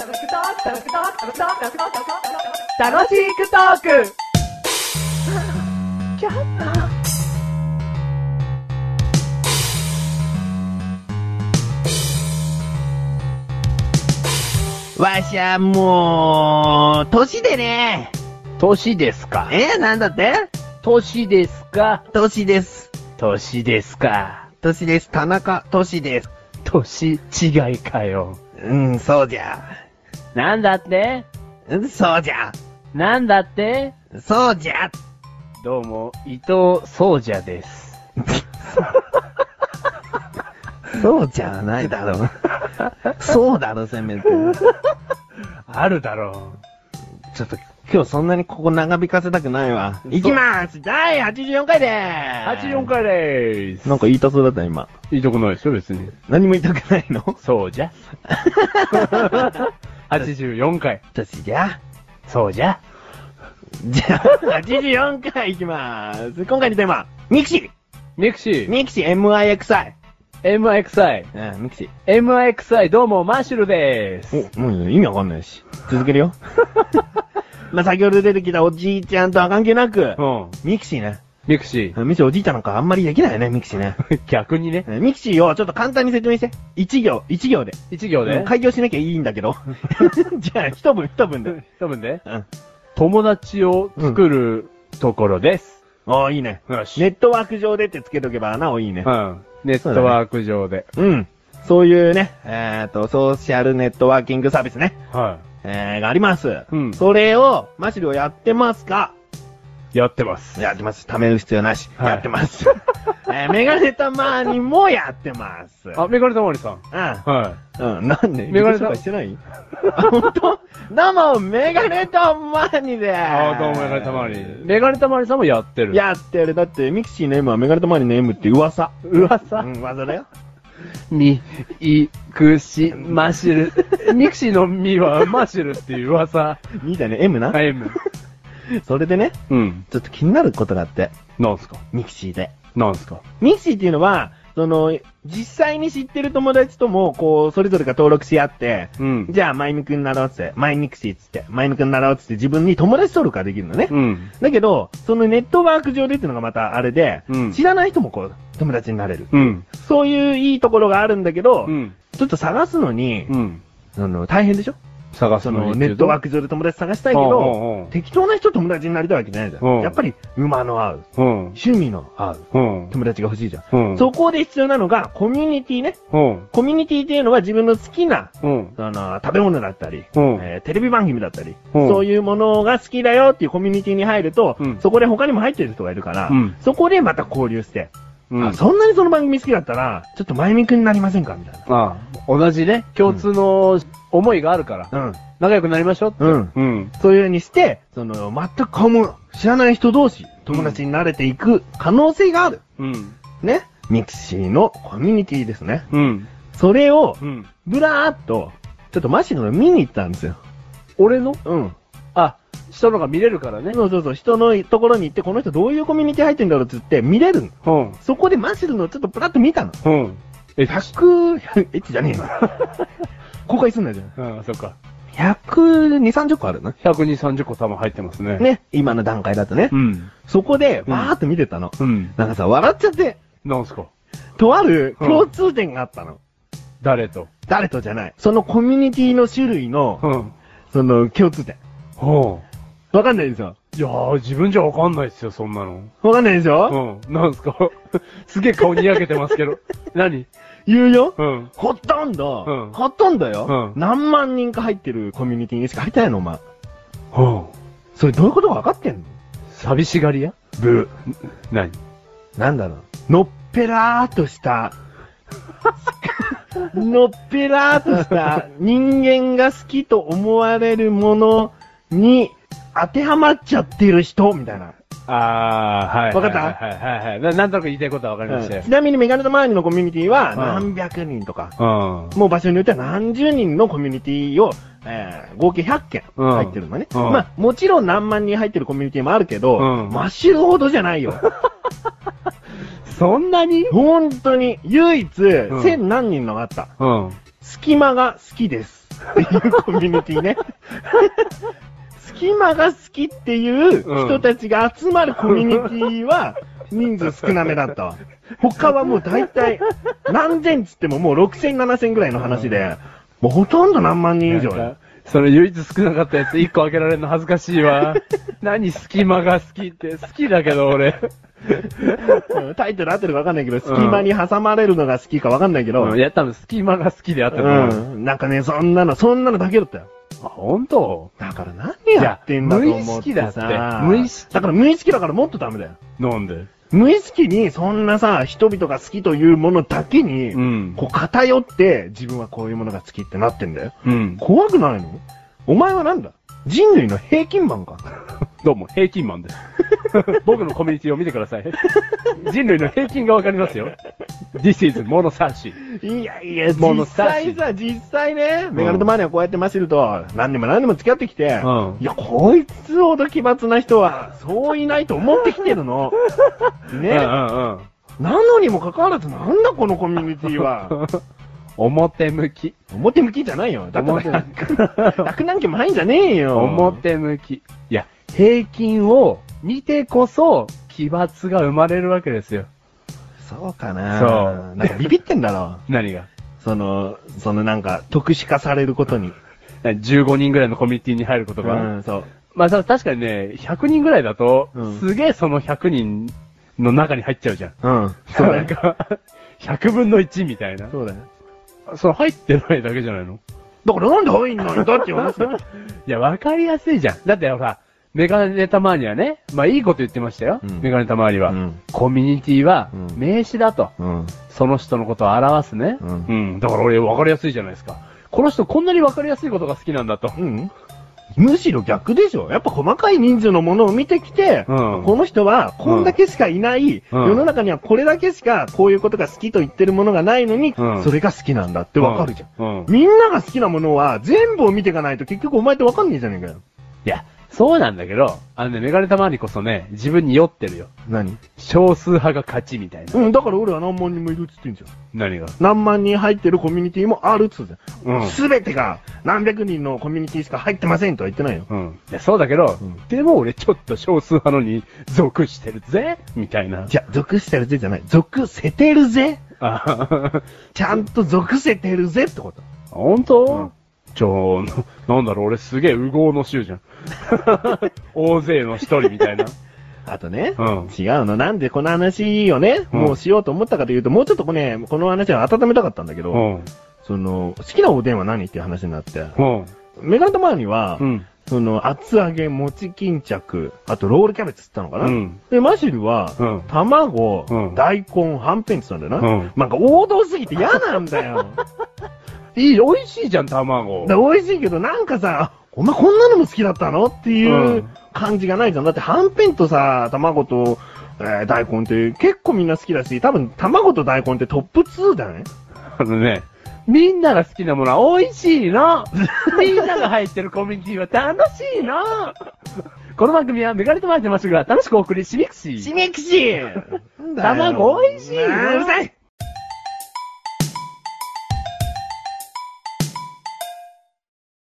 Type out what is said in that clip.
楽しくトークわしゃもう、年でね。 年ですか？ なんだって？ 年ですか？ 年です。 年ですか？ 年です。田中年です。 年違いかよ。 そうじゃ。 なんだって？ そうじゃ。 なんだって？ そうじゃ。 どうも、伊藤そうじゃです。 そうじゃないだろう。そうだろ、せめて。 あるだろちょっと、今日そんなにここ長引かせたくないわ。いきまーす。第84回でーす。 84回でーす。 なんか言いたそうだった今。 言いたくないですよ、別に。 何も言いたくないの？ そうじゃ。84回。 年じゃ。 そうじゃ。 じゃあ、84回いきまーす。今回のテーマ、ミクシミクシー。ミクシー MIXI。 MIXI。 ミクシー。MIXI、どうも、マッシュルでーす。 もう意味わかんないし。続けるよ。まあ、先ほど出てきたおじいちゃんとは関係なく、ミクシーね。 ミクシミクシーおじいちゃんなんかあんまりできないよね、ミクシーね。 逆にね。 ミクシーをちょっと簡単に説明して。一行で。 一行で開業しなきゃいいんだけど。じゃあ、一文で。 一文で友達を作るところです。 いいね。 よし。 ネットワーク上でってつけとけばなおいいね。 ネットワーク上で。 そういうね、ソーシャルネットワーキングサービスね。 があります。それを、マシルをやってますか？ やってます。 やってます。貯める必要なし。やってます。メガネたまーにもやってます。 メガネたまーにさん。 なんでメガネたましてないほんと生をメガネたまーにでどうもメガネたまーに。メガネたまーにさんもやってる。 やってる。だって、ミクシーの M はメガネたまーにの M って噂。 噂噂だよ。 ミクシマシル。ミクシーのミはマシルっていう噂。 ミだね、M な。 M。 それでね、ちょっと気になることがあって。 なんすか？ ミクシーで。 なんすか？ ミクシーっていうのは、実際に知ってる友達とも、それぞれが登録し合って、じゃあ、マイミクになろうっつって、マイミクシーっつって、マイミクになろうっつって自分に友達登録ができるのね。だけど、そのネットワーク上でっていうのがまたあれで、知らない人も友達になれる。そういういいところがあるんだけど、ちょっと探すのに、大変でしょ？ 探すのに。 ネットワーク上で友達探したいけど、適当な人友達になりたいわけじゃないじゃん。やっぱり、馬の合う。趣味の合う。友達が欲しいじゃん。そこで必要なのが、コミュニティね。コミュニティっていうのは自分の好きな、食べ物だったり、テレビ番組だったり、そういうものが好きだよっていうコミュニティに入ると、そこで他にも入ってる人がいるから、そこでまた交流して、そんなにその番組好きだったら、ちょっと前見くになりませんかみたいな。 同じね、共通の思いがあるから、仲良くなりましょうって。 そういう風にして、全く知らない人同士、友達になれていく可能性がある。ね。ミクシーのコミュニティですね。それを、ぶらーっと、ちょっとマシの見に行ったんですよ。 俺の？人のが見れるからね。 そう。人のところに行って、この人どういうコミュニティ入ってんだろうって言って見れるの。そこでマシルのちょっとプラッと見たの。エッチじゃねえの。公開すんなじゃん。 そっか。 120、30個あるの ?120、30個多分入ってますね。 ね。今の段階だとね。そこで、バーっと見てたの。なんかさ、笑っちゃって。 なんすか？ とある共通点があったの。 誰とじゃない。そのコミュニティの種類の、共通点。わかんないでしょ？ いやー、自分じゃわかんないっすよ、そんなの。 わかんないでしょ？ なんすか？すげえ顔にやけてますけど。何？ 言うよ？ほとんどよ。何万人か入ってるコミュニティにしか入ってないの、お前。それどういうことか分かってんの？ 寂しがり屋？ ブー。 何？ なんだろう。のっぺらーっとした、人間が好きと思われるものに当てはまっちゃってる人、みたいな。 はい。 わかった？ はい。なんとなく言いたいことはわかりましたよ。 ちなみにメガネと周りのコミュニティは何百人とか、もう場所によっては何十人のコミュニティを、合計100件入ってるのね。まあ、もちろん何万人入ってるコミュニティもあるけど、マッシュルほどじゃないよ。 そんなに？ 本当に、唯一、1000何人のがあった。 隙間が好きです。っていうコミュニティね。隙間が好きっていう人たちが集まるコミュニティは人数少なめだったわ。他はもう大体何千つってももう6000、7000ぐらいの話で、もうほとんど何万人以上よ。 それ唯一少なかったやつ1個開けられるの恥ずかしいわ。何隙間が好きって好きだけど俺。 タイトル合ってるか分かんないけど、隙間に挟まれるのが好きか分かんないけど。 いや、多分隙間が好きであってる。 なんかね、そんなのだけだったよ。 あ、ほんと？ だから何やってんだと思ってさ。 無意識だって。無意識。 だから無意識だからもっとダメだよ。 なんで？ 無意識にそんなさ、人々が好きというものだけに、こう偏って自分はこういうものが好きってなってんだよ。怖くないの？お前はなんだ？人類の平均マンか。 どうも、平均マンです。僕のコミュニティを見てください。人類の平均がわかりますよ。This is 物差し。 いやいや、実際ね、メガネとマネはこうやってマシルと何年も付き合ってきて、いや、こいつほど奇抜な人はそういないと思ってきてるの。ね。なのにもかかわらずなんだこのコミュニティは。 表向きじゃないよ。だって楽何件も入んじゃねえよ。 表向き。いや、平均を見てこそ、奇抜が生まれるわけですよ。 そうかな。そう。なんかビビってんだろ。 何が？ そのなんか、特殊化されることに。 15人ぐらいのコミュニティに入ることが。 そう。 まあ確かにね、100人ぐらいだと、すげえその100人の中に入っちゃうじゃん。 そうだよ。なんか、100分の1みたいな。 そうだよ。 その入ってないだけじゃないの？ だからなんで入んないんだって言われて。 いや、わかりやすいじゃん。だってさ、メガネたまにはね、まあいいこと言ってましたよ。メガネたまには。コミュニティは名詞だと。その人のことを表すね。だから俺わかりやすいじゃないですか。この人こんなにわかりやすいことが好きなんだと。 むしろ逆でしょ。やっぱ細かい人数のものを見てきて、この人はこんだけしかいない、世の中にはこれだけしかこういうことが好きと言ってるものがないのに、それが好きなんだってわかるじゃん。みんなが好きなものは全部を見ていかないと結局お前ってわかんねえじゃねえかよ。 いや、そうなんだけど、メガネたまにこそね、自分に酔ってるよ。 何？ 少数派が勝ちみたいな。 だから俺は何万人もいるっつってんじゃん。 何が？ 何万人入ってるコミュニティもあるっつってん。すべてが何百人のコミュニティしか入ってませんとは言ってないよ。 いや、そうだけど、でも俺ちょっと少数派のに属してるぜみたいな。 じゃ、属してるぜじゃない。属せてるぜちゃんと属せてるぜってこと。 ほんと？なんだろう、俺すげえ右往の衆じゃん。大勢の一人みたいな。 あとね、違うの。なんでこの話をね、もうしようと思ったかというと、もうちょっとこの話を温めたかったんだけど、好きなおでんは何っていう話になって、メガネたまには、厚揚げ、餅巾着、あとロールキャベツって言ったのかな、で、マシルは、卵、大根、はんぺんって言ったんだよな。なんか王道すぎて嫌なんだよ。 美味しいじゃん、卵。 美味しいけど、なんかさ、お前こんなのも好きだったのっていう感じがないじゃん。だって、はんぺんとさ、卵と、大根って結構みんな好きだし、多分、卵と大根ってトップ2だね。 ね、みんなが好きなものは美味しいの。みんなが入ってるコミュニティは楽しいの。この番組はメガネとマーチのマシュが楽しくお送り、シミクシー。 シミクシー卵美味しいの。 うるさい